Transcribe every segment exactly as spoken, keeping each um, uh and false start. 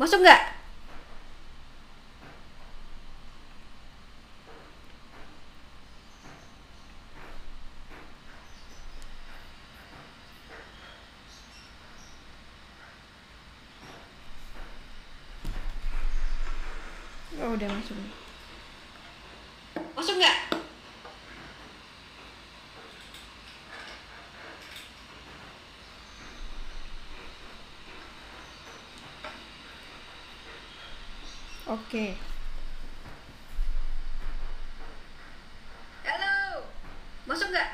Masuk nggak? Oh, udah masuk. Masuk nggak? Oke. Halo. Masuk nggak?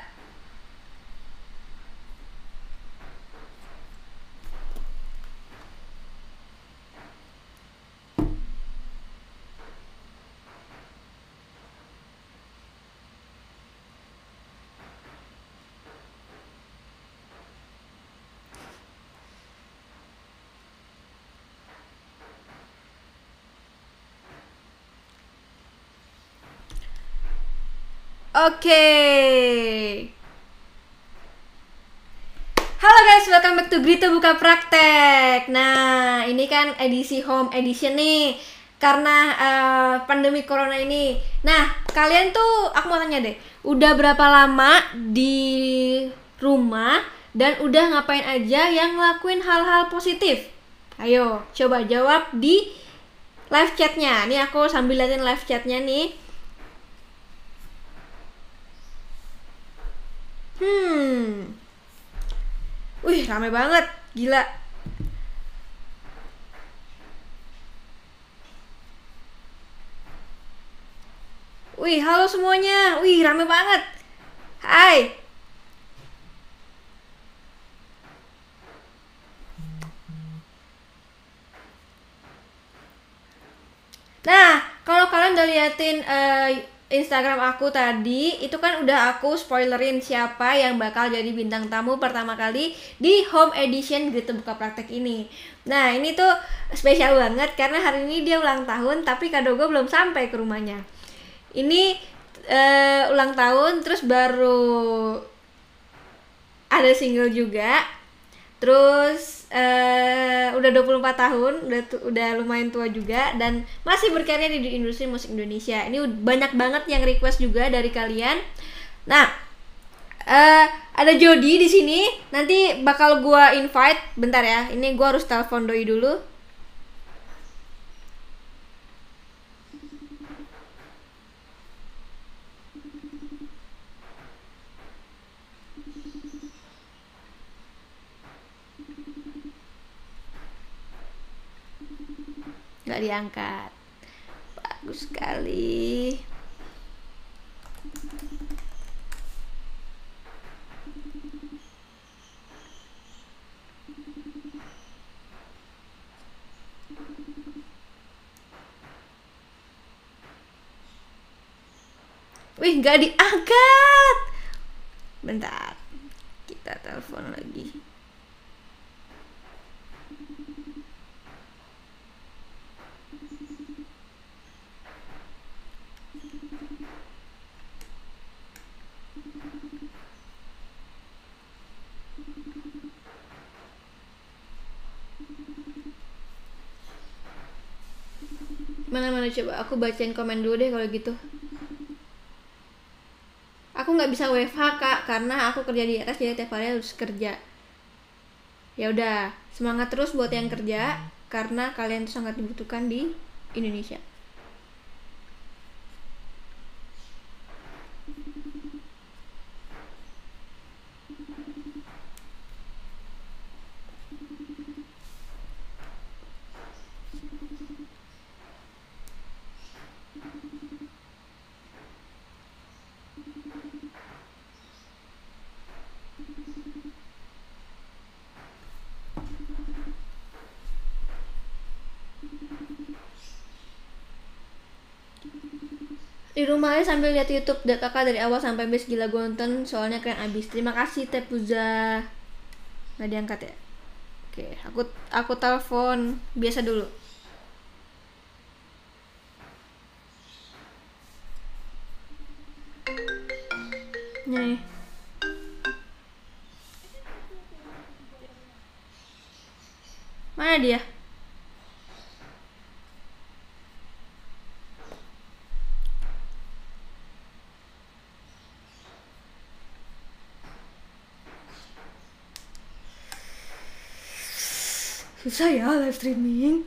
Oke. Halo guys, welcome back to Grito Buka Praktek. Nah, ini kan edisi home edition nih. Karena uh, pandemi corona ini. Nah, kalian tuh, aku mau tanya deh, udah berapa lama di rumah dan udah ngapain aja yang ngelakuin hal-hal positif? Ayo, coba jawab di live chatnya. Nih aku sambil liatin live chatnya nih. Hmm. Wih, rame banget. Gila. Wih, halo semuanya. Wih, rame banget. Hai. Nah, kalau kalian udah liatin uh, Instagram aku tadi, itu kan udah aku spoilerin siapa yang bakal jadi bintang tamu pertama kali di home edition Grito Buka Praktek ini. Nah, ini tuh spesial banget karena hari ini dia ulang tahun, tapi kado gue belum sampai ke rumahnya. Ini uh, ulang tahun, terus baru ada single juga. Terus uh, udah dua puluh empat tahun, udah udah lumayan tua juga dan masih berkarya di industri musik Indonesia. Ini banyak banget yang request juga dari kalian. Nah, uh, ada Jody di sini. Nanti bakal gua invite. Bentar ya. Ini gua harus telepon doi dulu. Nggak diangkat. Bagus sekali. Wih, nggak diangkat. Bentar, kita telepon lagi. Mana-mana coba aku bacain komen dulu deh kalau gitu. Aku nggak bisa W F H kak karena aku kerja di atas jadi tiap hari harus kerja. Ya udah, semangat terus buat yang kerja karena kalian tuh sangat dibutuhkan di Indonesia. Di rumah aja sambil lihat YouTube dan kakak dari awal sampai habis, gila gue nonton soalnya keren abis. Terima kasih Tepuza. Nggak diangkat ya. Oke, aku aku telepon biasa dulu. Nih. Mana dia? Susah ya live streaming.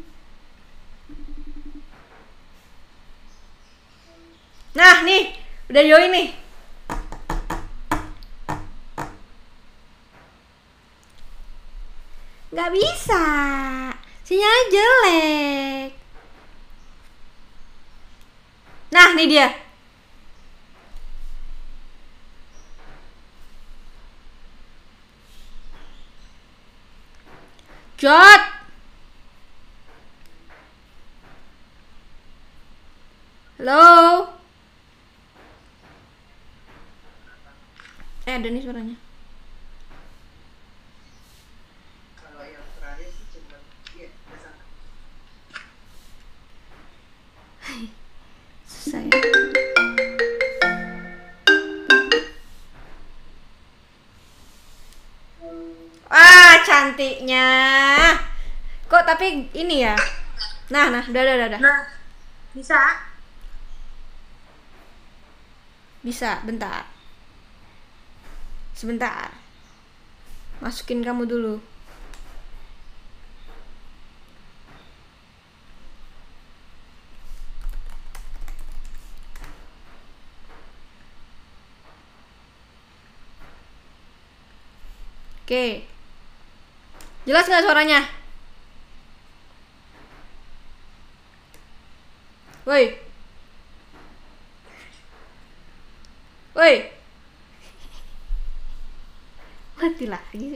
Nah nih, udah join nih. Gak bisa, sinyalnya jelek. Nah nih dia. Jot. Halo. Eh ada nih suaranya. Kalau yang terakhir sih cuma iya kesana. Susah ya. Ah cantiknya. Kok tapi ini ya. Nah nah udah udah udah. udah. Nah, bisa. Bisa, bentar. Sebentar. Masukin kamu dulu. Oke. Jelas nggak suaranya? Woi. Woi. Mati lagi.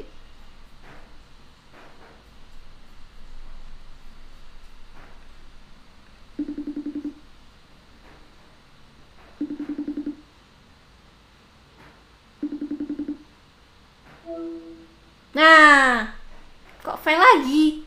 Nah, kok fail lagi?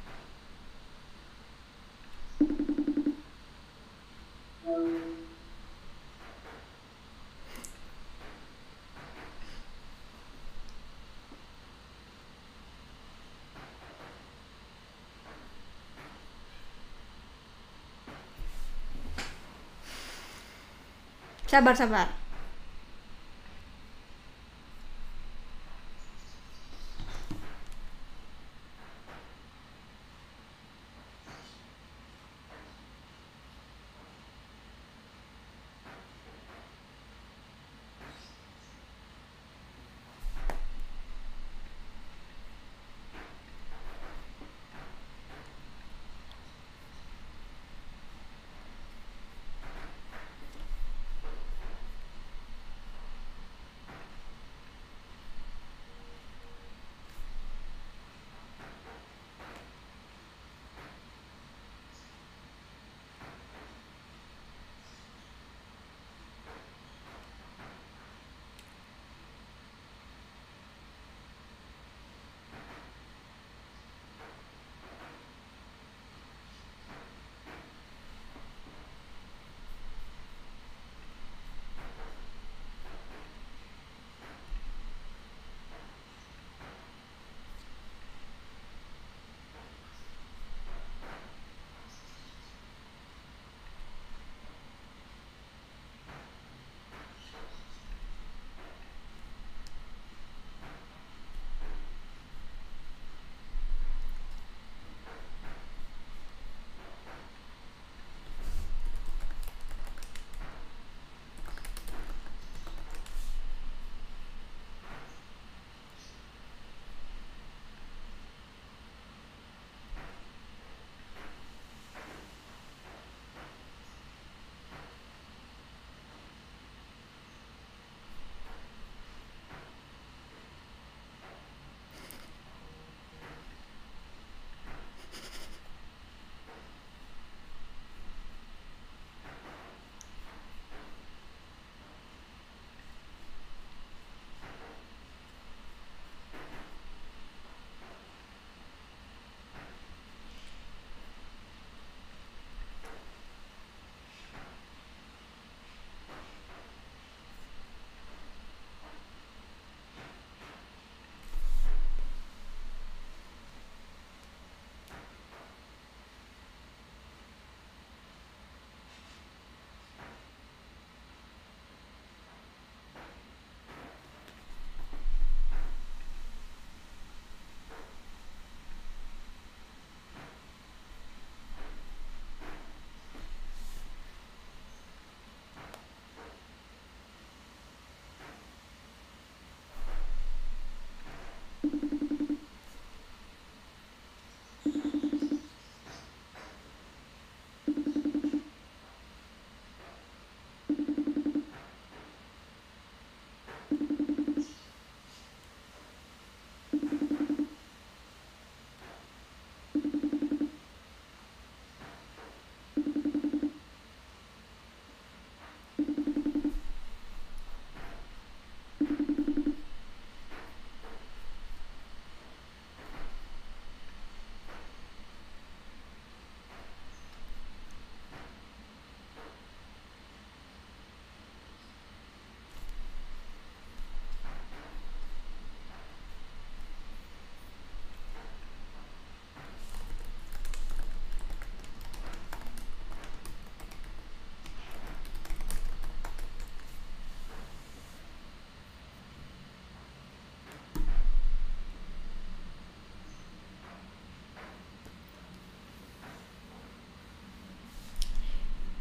Sabar, sabar.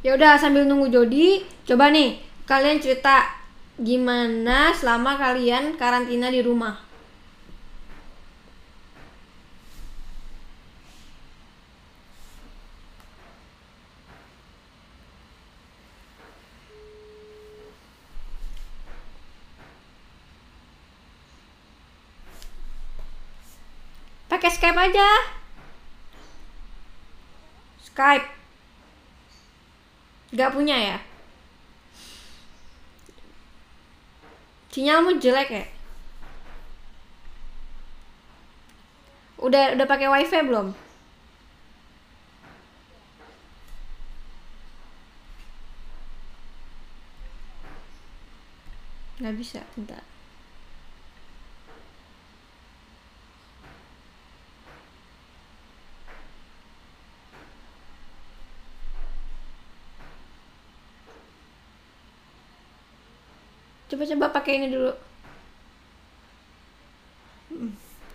Ya udah sambil nunggu Jody, coba nih kalian cerita gimana selama kalian karantina di rumah. Pakai Skype aja. Skype. Gak punya ya? Sinyalmu jelek ya? Udah udah pakai wifi belum? Nggak bisa, bentar. Coba-coba pakai ini dulu. Hmm.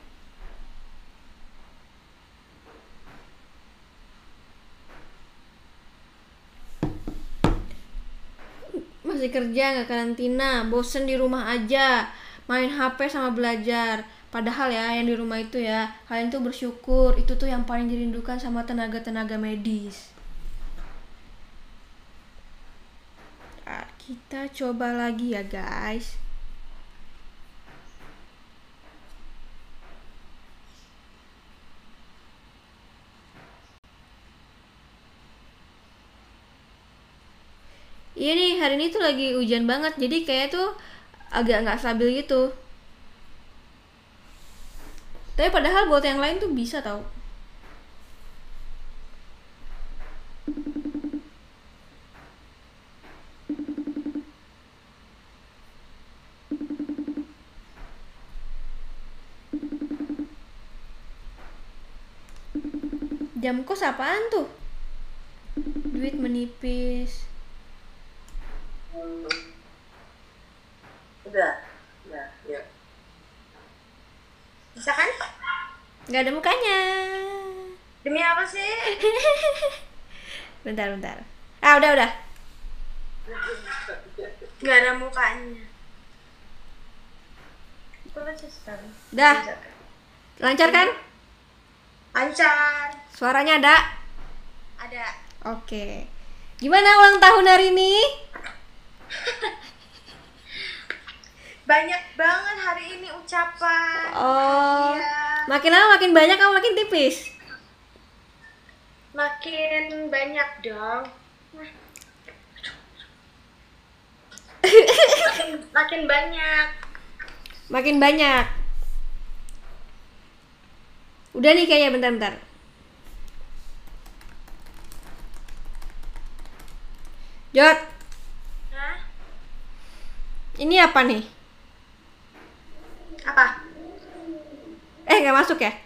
Masih kerja nggak karantina, bosen di rumah aja, main H P sama belajar. Padahal ya yang di rumah itu ya, kalian tuh bersyukur, itu tuh yang paling dirindukan sama tenaga-tenaga medis. Nah, kita coba lagi ya guys. Iya nih, hari ini tuh lagi hujan banget, jadi kayak tuh agak nggak stabil gitu. Tapi padahal buat yang lain tuh bisa tau. Jam kos apaan tuh? Duit menipis. Udah. Udah, ya. Bisa kan? Nggak ada mukanya. Demi apa sih? Bentar, bentar. Ah, udah, udah. Gak ada mukanya. Coba sekarang. Dah. Lancar kan? Lancar. Suaranya ada? Ada. Oke. Gimana ulang tahun hari ini? Banyak banget hari ini ucapan. Oh. Iya. Makin lama makin banyak kamu makin tipis. Makin banyak dong. makin, makin banyak. Makin banyak. Udah nih kayaknya, bentar-bentar. Jod. Hah? Ini apa nih? Apa? Eh, nggak masuk ya?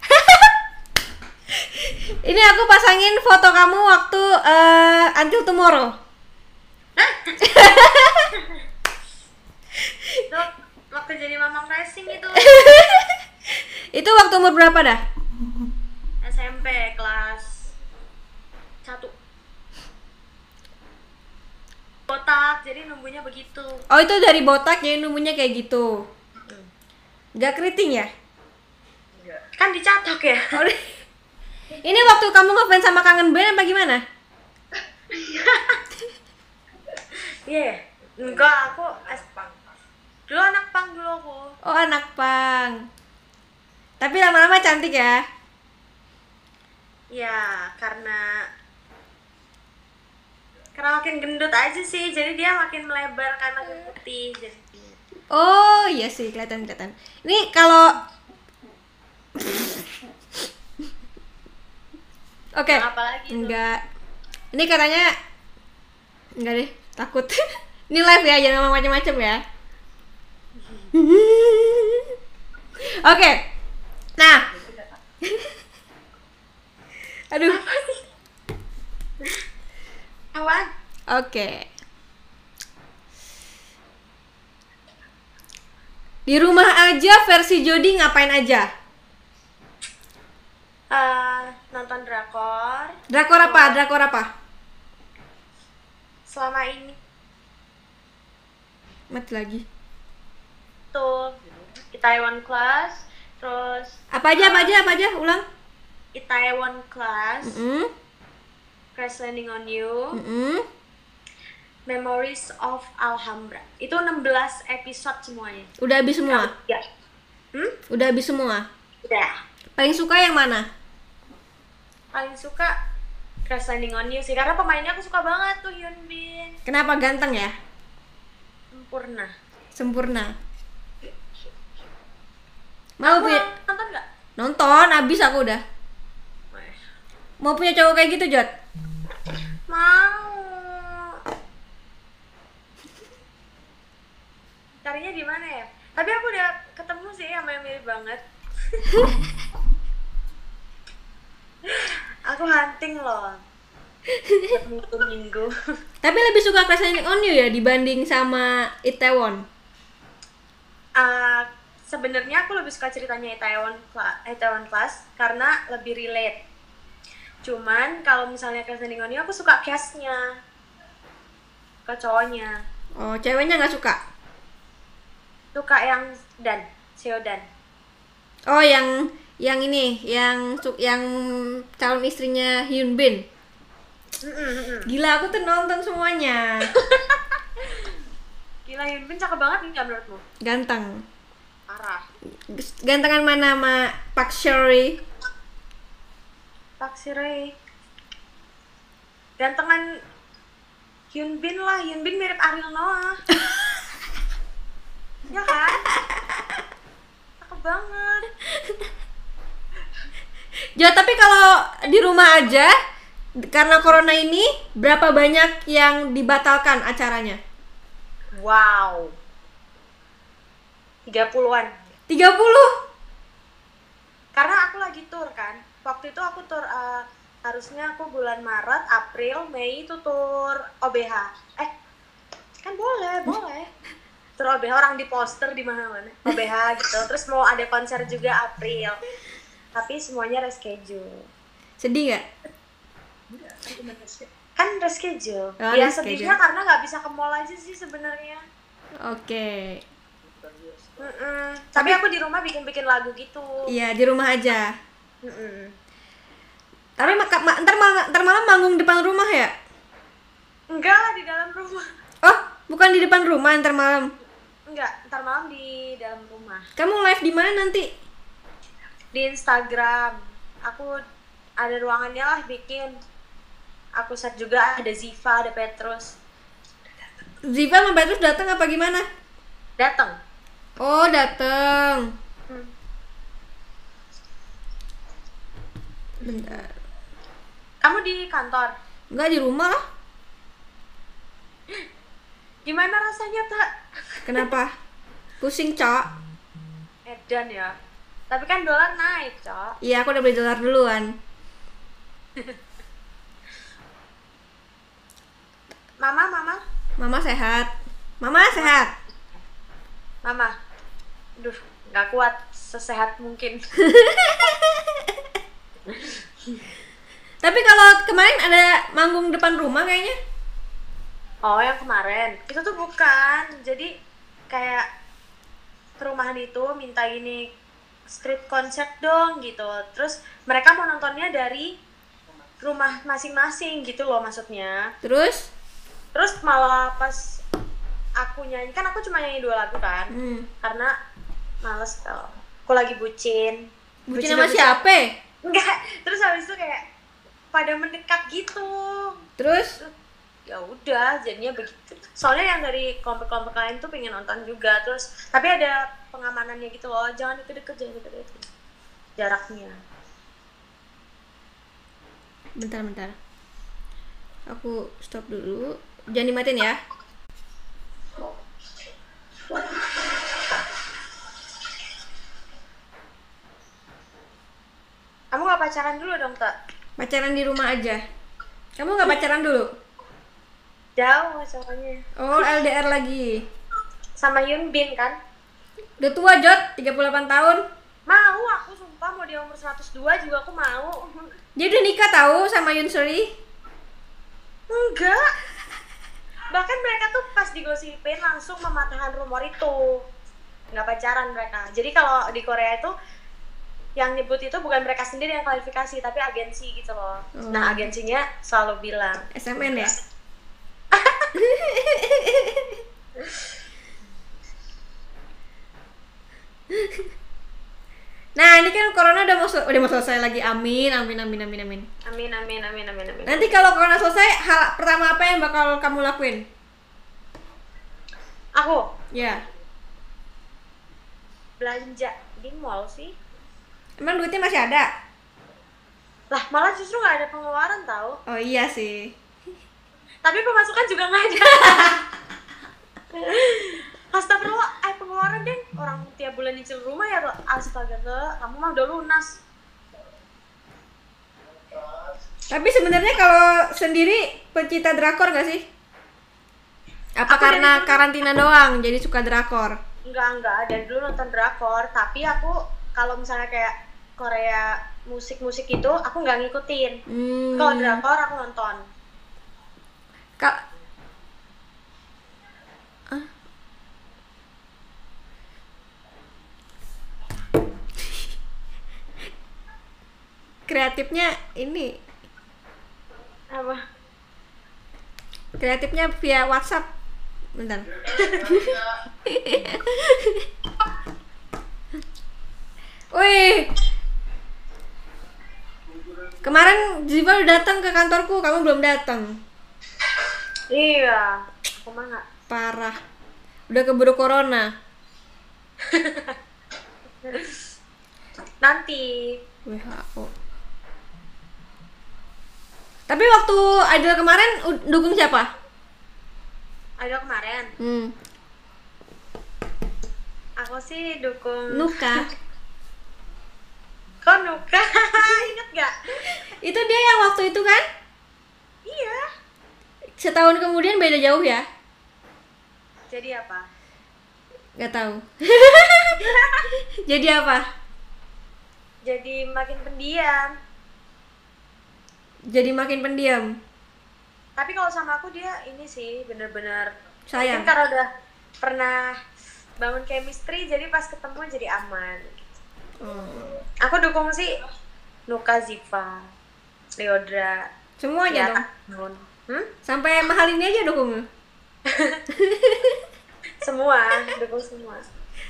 Ini aku pasangin foto kamu waktu uh, Until Tomorrow. Itu waktu jadi mamang racing itu. Itu waktu umur berapa dah? S M P kelas satu. Botak, jadi numbunya begitu. Oh, itu dari botak jadi numbunya kayak gitu. Nggak keriting ya? Kan dicatok ya. Oh, ini waktu kamu ngefans sama Kangen Band apa gimana? Iya. Yeah. Enggak, aku as pang. Dulu anak pang dulu aku. Oh, anak pang. Tapi lama-lama cantik ya? Ya, karena karena makin gendut aja sih, jadi dia makin melebar karena putih. Jadi Oh, iya sih, kelihatan-kelihatan. Ini kalau Oke. Yang apa lagi tuh? Enggak. Ini katanya enggak deh, takut. Ini live ya, jangan ngomong macam-macam ya. Oke. Nah. Aduh. Awan. Oke. Di rumah aja versi Jody ngapain aja? Uh, nonton drakor. Drakor apa? Drakor apa? selama ini Mati lagi. tuh Itaewon Class, terus Apa aja, apa aja, apa aja, ulang. Itaewon Class, Mm-mm. Crash Landing on You, Mm-mm. Memories of Alhambra. Itu enam belas episode semuanya. Udah habis semua? Ya. Hmm? Udah habis semua? Udah. Paling suka yang mana? Paling suka Crash Landing on You sih, karena pemainnya aku suka banget tuh, Hyun Bin. Kenapa ganteng ya? Sempurna. Sempurna. Mau Kamu punya nonton nggak? nonton, habis aku udah. Mau punya cowok kayak gitu, Jot? Mau. Carinya di mana ya? Tapi aku udah ketemu sih sama yang mirip banget. Aku hunting loh. Minggu minggu. Tapi lebih suka Crash Landing on You ya dibanding sama Itaewon. Uh, Sebenarnya aku lebih suka ceritanya Itaewon Class, Itaewon Class karena lebih relate. Cuman kalau misalnya Crash Landing on You aku suka cast-nya, ke cowoknya. Oh, ceweknya nggak suka? Suka yang Dan, Seodan. Oh, yang yang ini, yang su- yang calon istrinya Hyun Bin. Gila, aku tuh nonton semuanya. Gila, Hyun Bin cakep banget nih, nggak menurutmu? Ganteng. Parah. Gantengan mana sama Park Seo-ri? Park Seo-ri. Gantengan Hyun Bin lah, Hyun Bin mirip Ariel Noah. Ya kan? Cakep banget. Ya, tapi kalau di rumah aja karena corona ini berapa banyak yang dibatalkan acaranya? Wow. tiga puluhan. tiga puluh. Karena aku lagi tour kan. Waktu itu aku tour uh, harusnya aku bulan Maret, April, Mei itu tour O B H. Eh, kan boleh, boleh. Tour O B H, orang di poster di mana-mana. O B H gitu. Terus mau ada konser juga April. Tapi semuanya reschedule. Sedih nggak? Kan reschedule. Oh, Ya reschedule. sedihnya karena nggak bisa ke mall aja sih sebenarnya. Oke. Mm-mm. Tapi aku di rumah bikin-bikin lagu gitu. Iya, di rumah aja. Mm-mm. Tapi ma- ma- ntar, mal- ntar malam manggung depan rumah ya? Enggak lah, di dalam rumah. Oh, bukan di depan rumah ntar malam. Enggak, ntar malam di dalam rumah. Kamu live di mana nanti? Di Instagram. Aku ada ruangannya lah bikin. Aku set juga, ada Ziva, ada Petrus. Ziva sama Petrus datang apa gimana? Datang. Oh, datang. Hmm. Bentar. Kamu di kantor? Enggak, di rumah lah. Gimana rasanya, Tak? Kenapa? Pusing, Cok. Edan ya. Tapi kan dolar naik, Cok. Iya, aku udah beli dolar duluan. Mama, Mama, Mama sehat. Mama sehat. Mama. Duh, nggak kuat sesehat mungkin. Tapi kalau kemarin ada manggung depan rumah kayaknya. Oh, yang kemarin. Itu tuh bukan. Jadi kayak perumahan itu minta ini street concert dong gitu. Terus mereka mau nontonnya dari rumah masing-masing gitu loh maksudnya. Terus? Terus malah pas aku nyanyi, kan aku cuma nyanyi dua lagu kan. Hmm. Karena males tau. Aku lagi bucin. Bucin sama siapa? Enggak. Terus habis itu kayak pada mendekat gitu. Terus? Ya udah, jadinya begitu. Soalnya yang dari kelompok-kelompok lain tuh pengen nonton juga. Terus tapi ada pengamanannya gitu loh. Jangan deket-deket, jangan deket-deket. Jaraknya. Bentar, bentar. Aku stop dulu. Jangan dimatiin ya. Kamu gak pacaran dulu dong, Tak? Pacaran di rumah aja. Kamu gak pacaran dulu? Jauh soalnya. Oh, L D R lagi. Sama Hyun Bin kan? Udah tua, Jot, tiga puluh delapan tahun. Mau aku, sumpah mau di umur seratus dua juga aku mau. Dia udah nikah tahu sama Yoon Suri. Enggak. bahkan mereka tuh pas digosipin langsung mematahkan rumor itu, nggak pacaran mereka. Jadi kalau di Korea itu yang nyebut itu bukan mereka sendiri yang klarifikasi, tapi agensi gitu loh. Oh. Nah agensinya selalu bilang S M N ya. Nah ini kan corona udah mau sel- udah mau selesai lagi, amin amin amin amin amin. amin amin amin amin amin. Nanti kalau corona selesai, hal pertama apa yang bakal kamu lakuin? Aku Ya. belanja di mall sih. Emang duitnya masih ada? Lah malah justru nggak ada pengeluaran tahu. Oh iya sih. Tapi pemasukan juga nggak ada. Astagfirullah, eh pengeluaran deh, orang tiap bulan nyicil rumah ya, astaga, kamu mah udah lunas. Tapi sebenarnya kalau sendiri pencinta drakor gak sih? Apa Aku karena dari- karantina doang jadi suka drakor? Enggak, enggak, dari dulu nonton drakor, tapi aku kalau misalnya kayak Korea musik-musik itu, aku nggak ngikutin. Hmm. Kalau drakor aku nonton. Ka- Ah. Kreatifnya ini, Apa? kreatifnya via WhatsApp. Bentar. Wih. Kemarin Ziva udah datang ke kantorku, kamu belum datang. Iya, aku mah nggak. Parah. Udah keburu corona. Nanti. W H O. Tapi waktu Idol kemarin u- dukung siapa? Ada kemarin. Hmm. Aku sih dukung. Nuka. Kok Nuka? Ingat gak? Itu dia yang waktu itu kan? Iya. Setahun kemudian beda jauh ya? Jadi apa? Gak tahu. Jadi apa? Jadi makin pendiam. Jadi makin pendiam. Tapi kalau sama aku dia ini sih bener-bener Sayang. mungkin karena udah pernah bangun chemistry, jadi pas ketemu jadi aman. Hmm. Aku dukung sih Nuka, Ziva, Leodra, Semuanya ya, dong. Nun. Hmm? Sampai mahal ini aja dukung. Semua, dukung semua.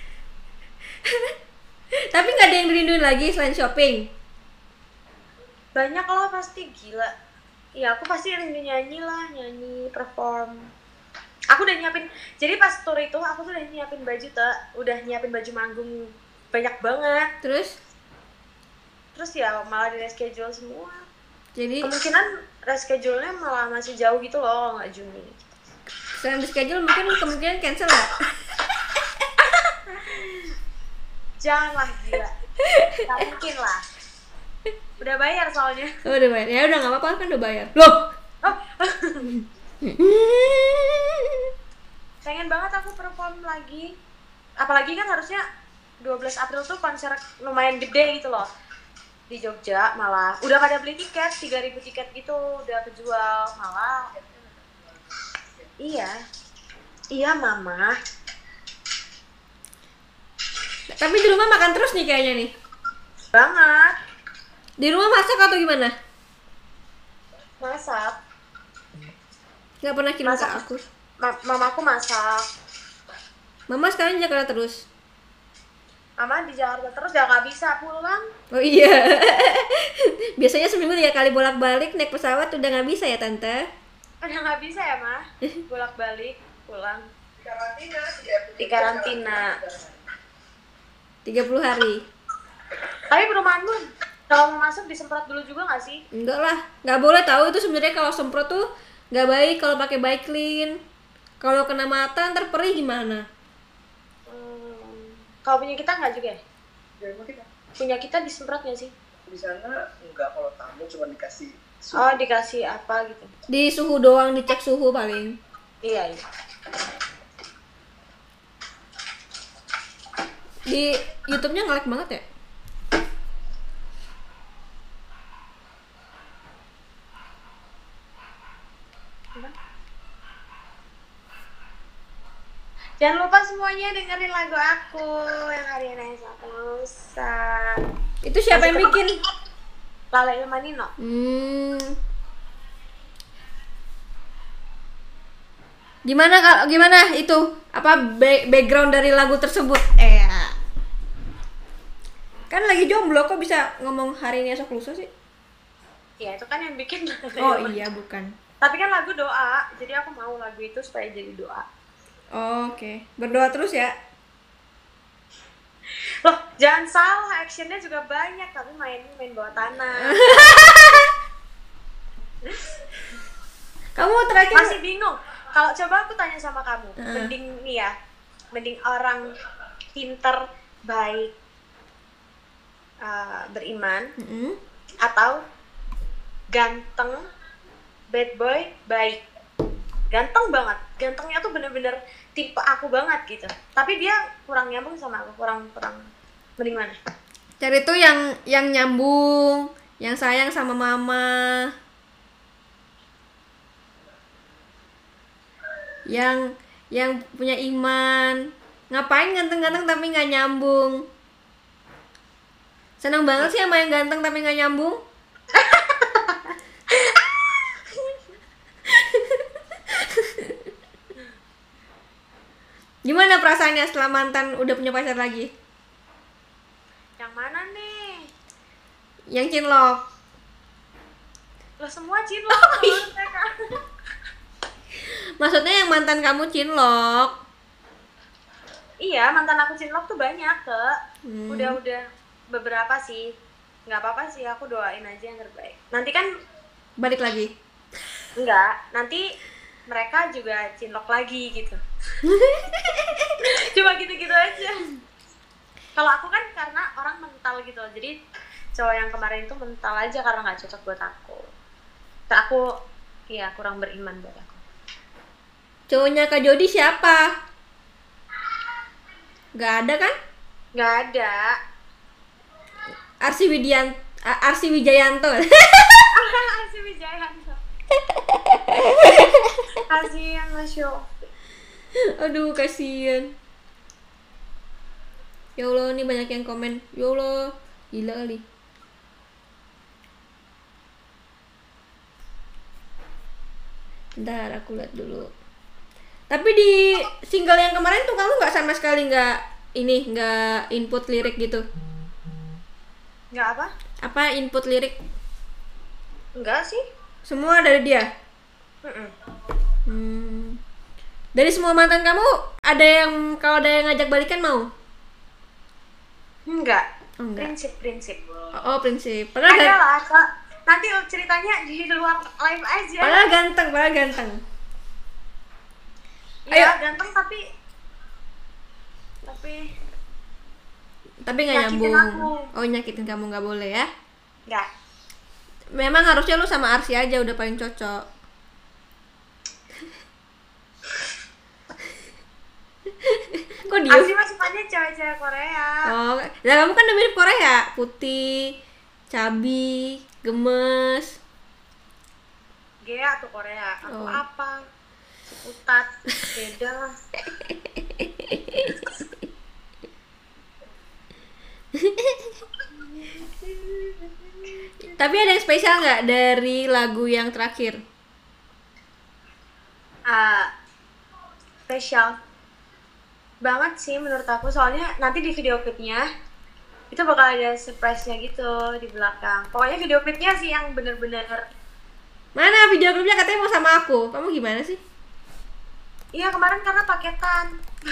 Tapi nggak ada yang dirinduin lagi selain shopping. Banyak lah pasti, gila. Ya aku pasti rindu nyanyi lah, nyanyi, perform. Aku udah nyiapin, jadi pas tour itu aku tuh udah nyiapin baju tuh, udah nyiapin baju manggung banyak banget. Terus Terus ya malah di reschedule semua. jadi Kemungkinan reschedule-nya malah masih jauh gitu loh, nggak Juni. selain di schedule mungkin kemungkinan cancel nggak? Janganlah, gila. Nggak mungkin lah. Udah bayar soalnya. Oh, udah bayar. Ya udah nggak apa-apa kan udah bayar. Loh. Oh. Pengen banget aku perform lagi. Apalagi kan harusnya dua belas April tuh konser lumayan gede gitu loh. Di Jogja malah. Udah pada beli tiket, tiga ribu tiket gitu udah kejual. Malah. Iya. Iya, Mama. Tapi di rumah makan terus nih kayaknya nih. Banget. Di rumah masak atau gimana? Masak. Nggak pernah kirim ke Masak. aku. Ma- mamaku masak. Mama sekarang di Jakarta terus. Mama di Jakarta terus udah nggak bisa pulang. Oh iya. Biasanya seminggu tiga kali bolak-balik naik pesawat udah nggak bisa ya tante? Udah nggak bisa ya, Ma? Bolak-balik pulang. Karantina, Di karantina. tiga puluh hari. Tapi perumahanmu kalau mau masuk disemprot dulu juga nggak sih? Enggak lah, nggak boleh tahu itu sebenarnya kalau semprot tuh nggak baik kalau pakai bike clean. Kalau kena mata ntar perih gimana? Hmm. Kalau punya kita nggak juga ya? ya emang kita Punya kita disemprot nggak sih? di sana enggak, kalau tamu cuma dikasih sup. Oh, dikasih apa gitu? Di suhu doang, dicek suhu paling. Iya, iya. Di YouTube-nya nge-lag banget ya? Jangan lupa semuanya dengerin lagu aku yang Ariana Sapusa. Itu siapa yang bikin? Lala Ilmanino. Hmm. Gimana kalau gimana itu? Apa ba- background dari lagu tersebut? Eh. Kan lagi jomblo kok bisa ngomong hari ini esok lusa sih? Ya itu kan yang bikin. Oh iya, bukan. Tapi kan lagu doa, jadi aku mau lagu itu supaya jadi doa. Oh, oke. Okay. Berdoa terus ya. Loh, jangan salah, actionnya juga banyak, tapi main main bawah tanah. Kamu terakhir Masih bingung. Kalau coba aku tanya sama kamu, Uh. mending nih ya, mending orang pinter, baik, uh, beriman, Mm-mm. atau ganteng, bad boy, baik. Ganteng banget, gantengnya tuh bener-bener tipe aku banget gitu. Tapi dia kurang nyambung sama aku, kurang kurang. Mending mana? Cari tuh yang yang nyambung, yang sayang sama mama. Yang yang punya iman. Ngapain ganteng-ganteng tapi nggak nyambung? Senang banget sih sama yang ganteng tapi nggak nyambung. Gimana perasaannya setelah mantan udah punya pacar lagi? Yang mana nih? Yang cinlok. Lo semua cinlok menurut mereka. Maksudnya yang mantan kamu cinlok. Iya, mantan aku cinlok tuh banyak, ke. Hmm. Udah-udah beberapa sih. Nggak apa-apa sih, aku doain aja yang terbaik. Nanti kan Balik lagi. enggak, nanti mereka juga cinlok lagi gitu. Cuma gitu-gitu aja. Kalau aku kan karena orang mental gitu, jadi cowok yang kemarin itu mental aja karena nggak cocok buat aku. Karena aku, ya kurang beriman buat aku. Cowoknya Kak Jody siapa? Gak ada kan? Nggak ada. Arsi Widian A- Arsi Wijayanto. Arsi Wijayanto. Arsi yang nge-show. Aduh, kasihan. Ya Allah, ini banyak yang komen. Ya Allah, gila kali. Bentar, aku lihat dulu. Tapi di single yang kemarin tuh kamu nggak sama sekali nggak ini nggak input lirik gitu. Nggak apa? Apa input lirik? Enggak sih. Semua dari dia. Mm-mm. Hmm. Dari semua mantan kamu ada yang kalau ada yang ngajak balikan mau? Enggak. Oh, enggak. Prinsip-prinsip. Oh, oh, prinsip. Padahal, Ada gan- lah, Kak. Nanti ceritanya di luar live aja. padahal ganteng, padahal ganteng. Iya, Ayo. ganteng tapi tapi Tapi nggak Nyakitin nyambung. aku. Oh, nyakitin kamu nggak boleh ya? enggak. Memang harusnya lu sama Arsi aja udah paling cocok. Kok diem? Asli mah sukanya cewek-cewek Korea. Oh, nah kamu kan udah mirip Korea, putih, cabi, gemes. Gea tuh Korea. Aku Oh. apa? Utat. Beda lah. Tapi ada yang spesial nggak dari lagu yang terakhir? Ah, spesial banget sih menurut aku, soalnya nanti di video klipnya itu bakal ada surprise-nya gitu di belakang. Pokoknya video klipnya sih yang bener-bener, Mana video klipnya katanya mau sama aku? Kamu gimana sih? iya kemarin karena paketan.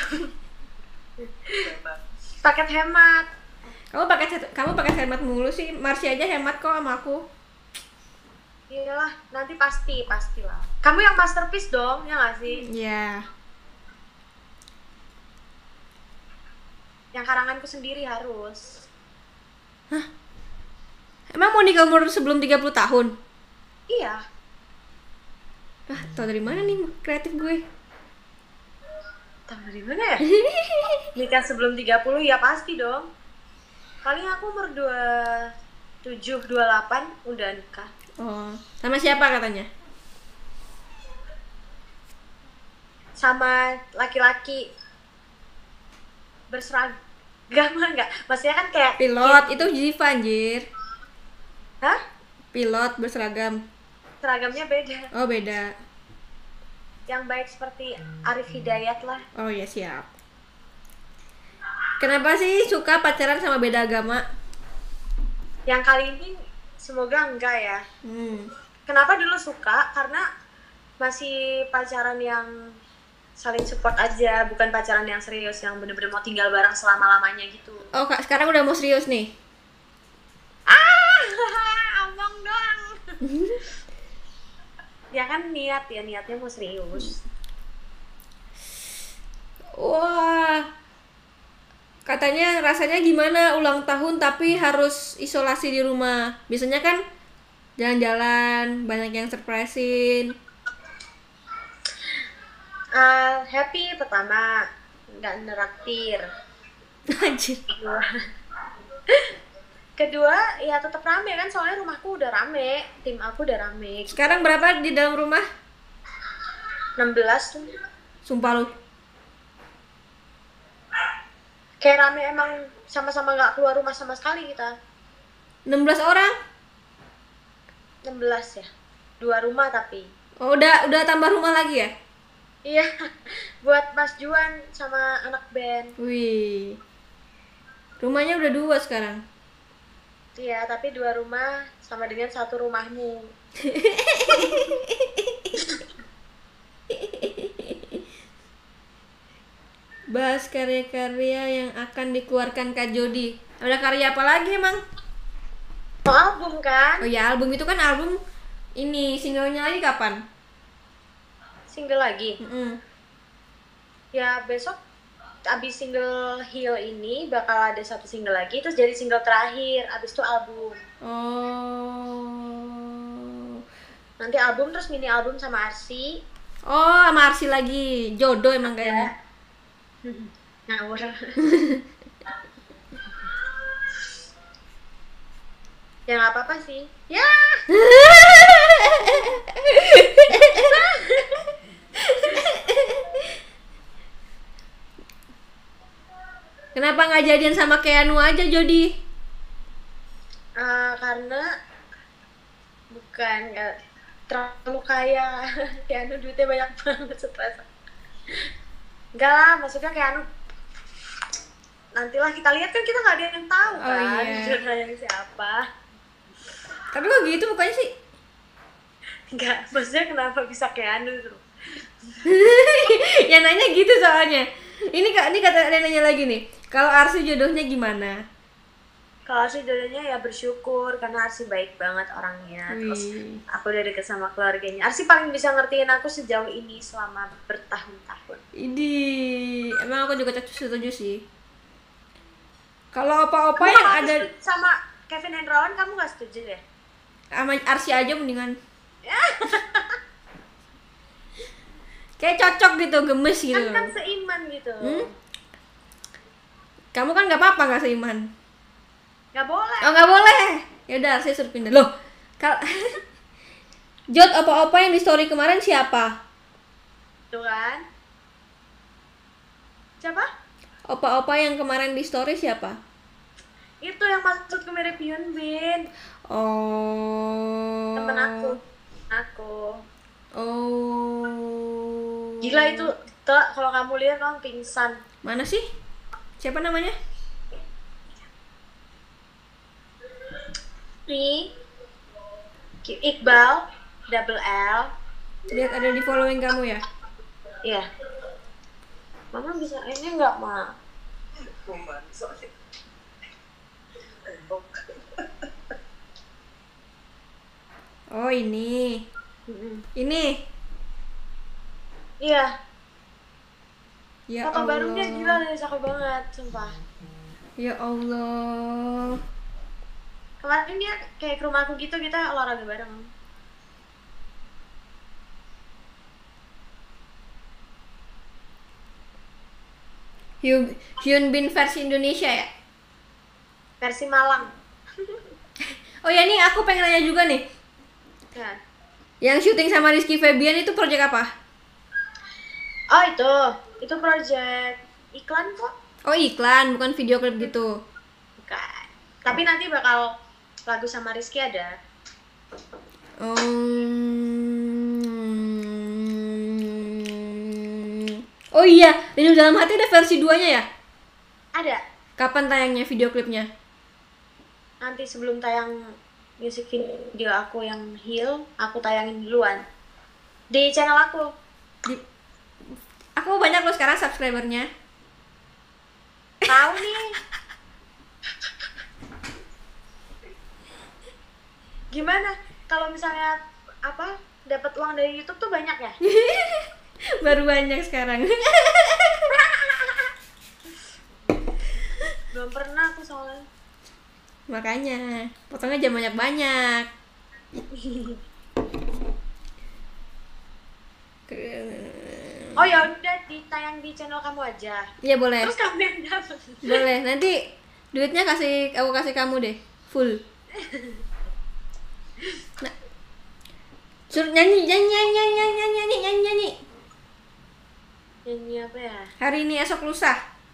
Paket hemat. Kamu pakai set- kamu pakai hemat mulu sih. Marsi aja hemat kok sama aku. Iyalah, nanti pasti, pastilah. Kamu yang masterpiece dong, ya nggak sih? Ya. Yang karanganku sendiri harus. Emang mau nikah umur sebelum tiga puluh tahun? Iya, Ah, tau dari mana nih kreatif gue? tahu dari mana ya? Nikah sebelum tiga puluh ya pasti dong. Paling aku umur dua puluh tujuh, dua puluh delapan udah nikah. Oh, sama siapa katanya? Sama laki-laki berseragam enggak? Maksudnya kan kayak Pilot itu Ziva anjir. Hah? Pilot berseragam. Seragamnya beda. Oh, beda. Yang baik seperti Arif Hidayat lah. Oh ya, siap. Kenapa sih suka pacaran sama beda agama? Yang kali ini semoga enggak ya. Hmm. Kenapa dulu suka? Karena masih pacaran yang saling support aja, bukan pacaran yang serius yang bener-bener mau tinggal bareng selama-lamanya gitu. Oh, Kak, sekarang udah mau serius nih. Ah, abang doang. Ya kan niat ya, niatnya mau serius. Wah. Katanya rasanya gimana ulang tahun tapi harus isolasi di rumah. Biasanya kan jalan-jalan, banyak yang surprisein. Uh, happy pertama, nggak neraktir. Anjir. Kedua, kedua ya tetap rame kan, soalnya rumahku udah rame, tim aku udah rame. Sekarang berapa di dalam rumah? enam belas tuh. Sumpah lu. Kayak rame emang, sama-sama nggak keluar rumah sama sekali kita. enam belas orang? enam belas ya. Dua rumah tapi. Oh, udah udah tambah rumah lagi ya? Iya, buat Mas Juan sama anak band. Wih. Rumahnya udah dua sekarang. Iya, tapi dua rumah sama dengan satu rumahmu. Bahas karya-karya yang akan dikeluarkan Kak Jody. Ada karya apa lagi emang? Oh, album kan? Oh ya, album itu kan album ini, singlenya lagi kapan? Single lagi. Mm-mm. Ya besok abis single Heal ini bakal ada satu single lagi, terus jadi single terakhir, abis itu album. Oh. Nanti album terus mini album sama Arsi. Oh, sama Arsi lagi. Jodoh emang kayaknya. Ngawur. Ya nggak apa-apa sih. Ya. Kenapa nggak jadian sama Keanu aja, Jody? Uh, karena bukan nggak terlalu kaya. Keanu duitnya banyak banget, stres. Enggak lah, maksudnya Keanu nantilah kita lihat, kan kita nggak ada yang tahu Oh, kan iya. jodohnya siapa. Tapi kok gitu mukanya sih? Enggak, maksudnya kenapa bisa Keanu tuh? Ya nanya gitu soalnya. Ini Kak, ini kata ada nanya lagi nih. Kalau Arsi jodohnya gimana? Kalau sih jodohnya ya bersyukur, karena Arsi baik banget orangnya. Terus Wih. aku udah deket sama keluarganya. Arsi paling bisa ngertiin aku sejauh ini selama bertahun-tahun. Ini emang aku juga setuju sih. Kalau opa-opa Kamu yang kalau ada setuju sama Kevin Hendrawan, kamu gak setuju ya? sama Arsi aja mendingan. Kayak cocok gitu, gemes gitu. Kan kan seiman gitu. Hmm? Kamu kan nggak apa-apa nggak seiman. Gak boleh. Oh nggak boleh. Ya udah, saya suruh pindah. Loh, kal Jod, opa-opa yang di story kemarin siapa? Tuh kan? Siapa? Opa-opa yang kemarin di story siapa? Itu yang maksud ke mirip Hyun Bin. Oh. Temen aku. Aku. Oh. Gila itu, Tek, kalau kamu lihat kamu pingsan. Mana sih? Siapa namanya? Nih. Iqbal, double L. Lihat ada di following kamu ya? Iya. Mama bisa ini enggak, Ma? Kuman, soalnya. Oh, ini. Mm-mm. Ini. Iya. Ya Foto Allah. barunya gila deh, cakep banget, sumpah. Ya Allah. Kemarin dia kayak ke rumahku gitu, kita olahraga bareng. Hyun, Hyun Bin versi Indonesia ya? Versi Malang. Oh ya, nih aku pengen nanya juga nih. Ya. Yang syuting sama Rizky Febian itu proyek apa? Oh itu, itu project iklan kok. Oh iklan, bukan video klip gitu. Bukan. Tapi nanti bakal lagu sama Rizky ada. Hmm. Oh iya, Rindu Dalam Hati ada versi duanya ya? Ada. Kapan tayangnya video klipnya? Nanti sebelum tayang music video aku yang Heal, aku tayangin duluan di channel aku. Di... Aku banyak loh sekarang subscribernya. Tahu nih. Gimana kalau misalnya apa dapat uang dari YouTube tuh banyak ya? Baru banyak sekarang. Belum pernah aku soalnya. Makanya potongnya jangan banyak-banyak. Oh ya udah ditayang di channel kamu aja. Iya boleh. Terus kamu yang dapat. Boleh. Nanti duitnya kasih aku kasih kamu deh, full. Nah, suruh nyanyi nyanyi nyanyi nyanyi nyanyi nyanyi nyanyi nyanyi. Nyanyi apa ya? Hari ini esok lusa.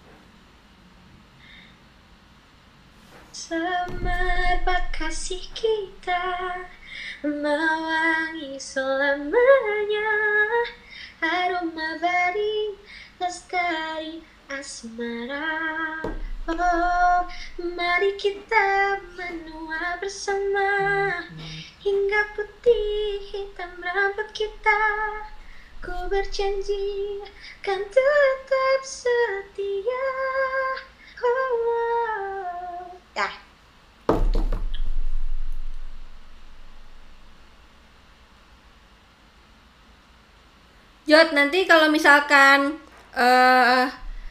Semerbak kasih kita mewangi selamanya, harum abadi lestari asmara. Oh, mari kita menua bersama hingga putih hitam rambut kita. Ku berjanji kan tetap setia. Oh, oh. Dah. Jod, nanti kalau misalkan eh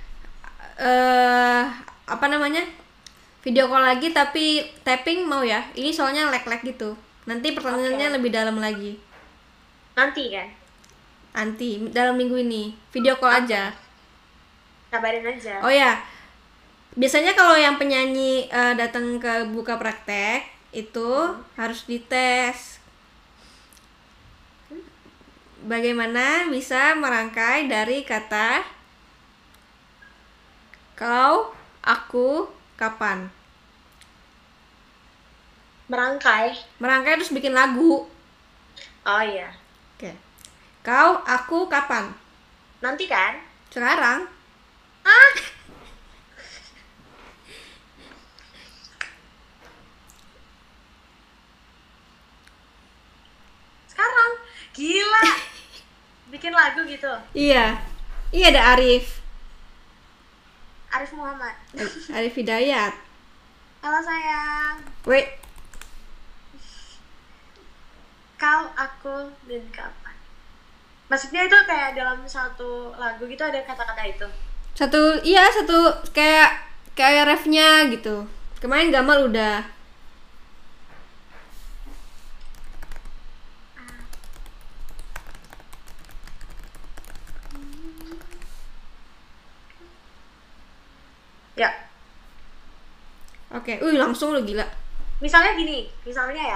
eh apa namanya? Video call lagi tapi tapping mau ya? Ini soalnya lag-lag gitu. Nanti pertanyaannya Oke. lebih dalam lagi. Nanti kan, Nanti dalam minggu ini video call aja. kabarin aja. Oh ya, biasanya kalau yang penyanyi eh, datang ke buka praktek itu harus dites bagaimana bisa merangkai dari kata kau, aku, kapan. Merangkai. Merangkai terus bikin lagu. Oh iya. Oke. Kau, aku, kapan. Nanti kan? Sekarang. Ah. Sekarang. Gila. Bikin lagu gitu. Iya. Iya ada Arif. Arif Muhammad. Arif Hidayat. Halo sayang. Wait. Kau, aku, dan kapan. Maksudnya itu kayak dalam satu lagu gitu ada kata-kata itu. Satu, iya satu kayak kayak refnya gitu. Kemarin Gamal udah. Ya. Oke, wih langsung lo gila. Misalnya gini, misalnya ya.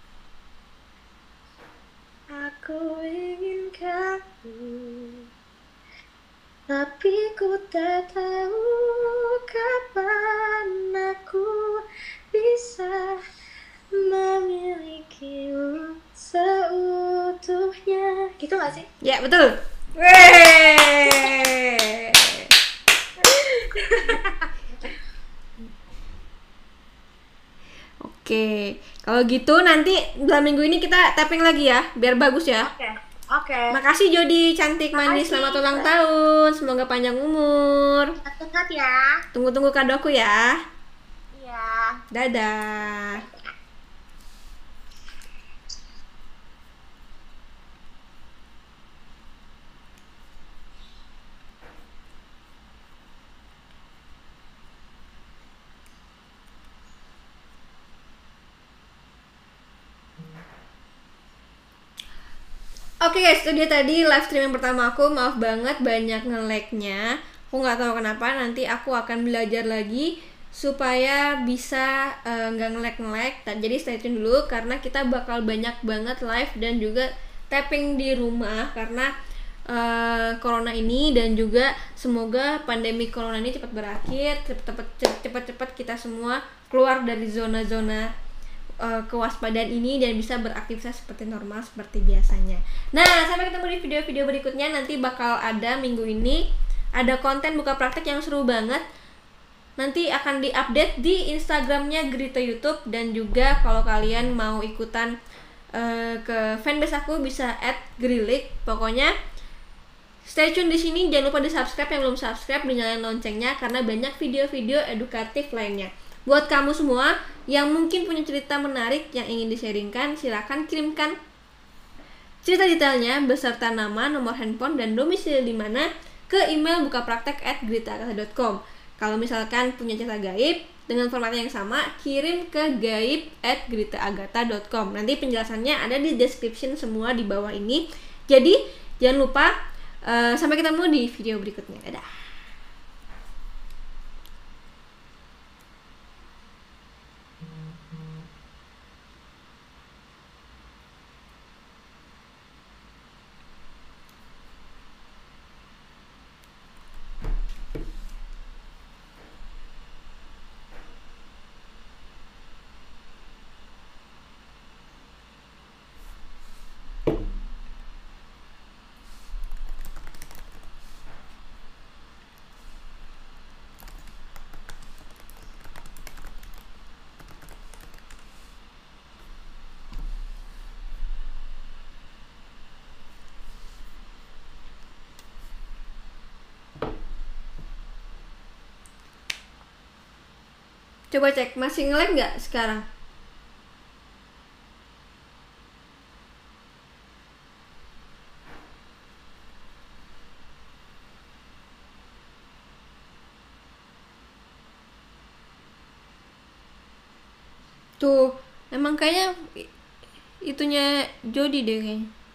Aku ingin kamu, tapi ku tak tahu kapan aku bisa memilikimu seutuhnya. Gitu gak sih? Ya betul. Weh. Oke, kalau gitu nanti dalam minggu ini kita tapping lagi ya, biar bagus ya. Oke, oke. Makasih Jody, cantik manis, Makasih. selamat ulang tahun, semoga panjang umur. Sehat ya. Tunggu-tunggu kadoku ya. Iya. Dadah. Oke guys, itu dia tadi live stream yang pertama aku. Maaf banget banyak nge-lag-nya. Aku nggak tahu kenapa. Nanti aku akan belajar lagi supaya bisa eh, nggak nge-lag nge-lag. Jadi stay tune dulu karena kita bakal banyak banget live dan juga tapping di rumah karena uh, corona ini, dan juga semoga pandemi corona ini cepat berakhir, cepat-cepat cepat-cepat kita semua keluar dari zona-zona uh, kewaspadaan ini dan bisa beraktivitas seperti normal seperti biasanya. Nah, sampai ketemu di video-video berikutnya. Nanti bakal ada minggu ini ada konten buka praktek yang seru banget. Nanti akan diupdate di Instagramnya Grita YouTube, dan juga kalau kalian mau ikutan uh, ke fanbase aku bisa at grilik. Pokoknya stay tune di sini, jangan lupa di subscribe yang belum subscribe, dinyalain loncengnya karena banyak video-video edukatif lainnya. Buat kamu semua yang mungkin punya cerita menarik yang ingin di-sharingkan, silakan kirimkan cerita detailnya beserta nama, nomor handphone, dan domisili di mana ke email bukapraktek at gritaagatha dot com. Kalau misalkan punya cerita gaib dengan format yang sama, kirim ke gaib at gritaagatha dot com. Nanti penjelasannya ada di description semua di bawah ini. Jadi jangan lupa, uh, sampai ketemu di video berikutnya. Dadah. Coba cek, masih nge-lag nggak sekarang? Tuh, emang kayaknya itunya Jody deh kayaknya.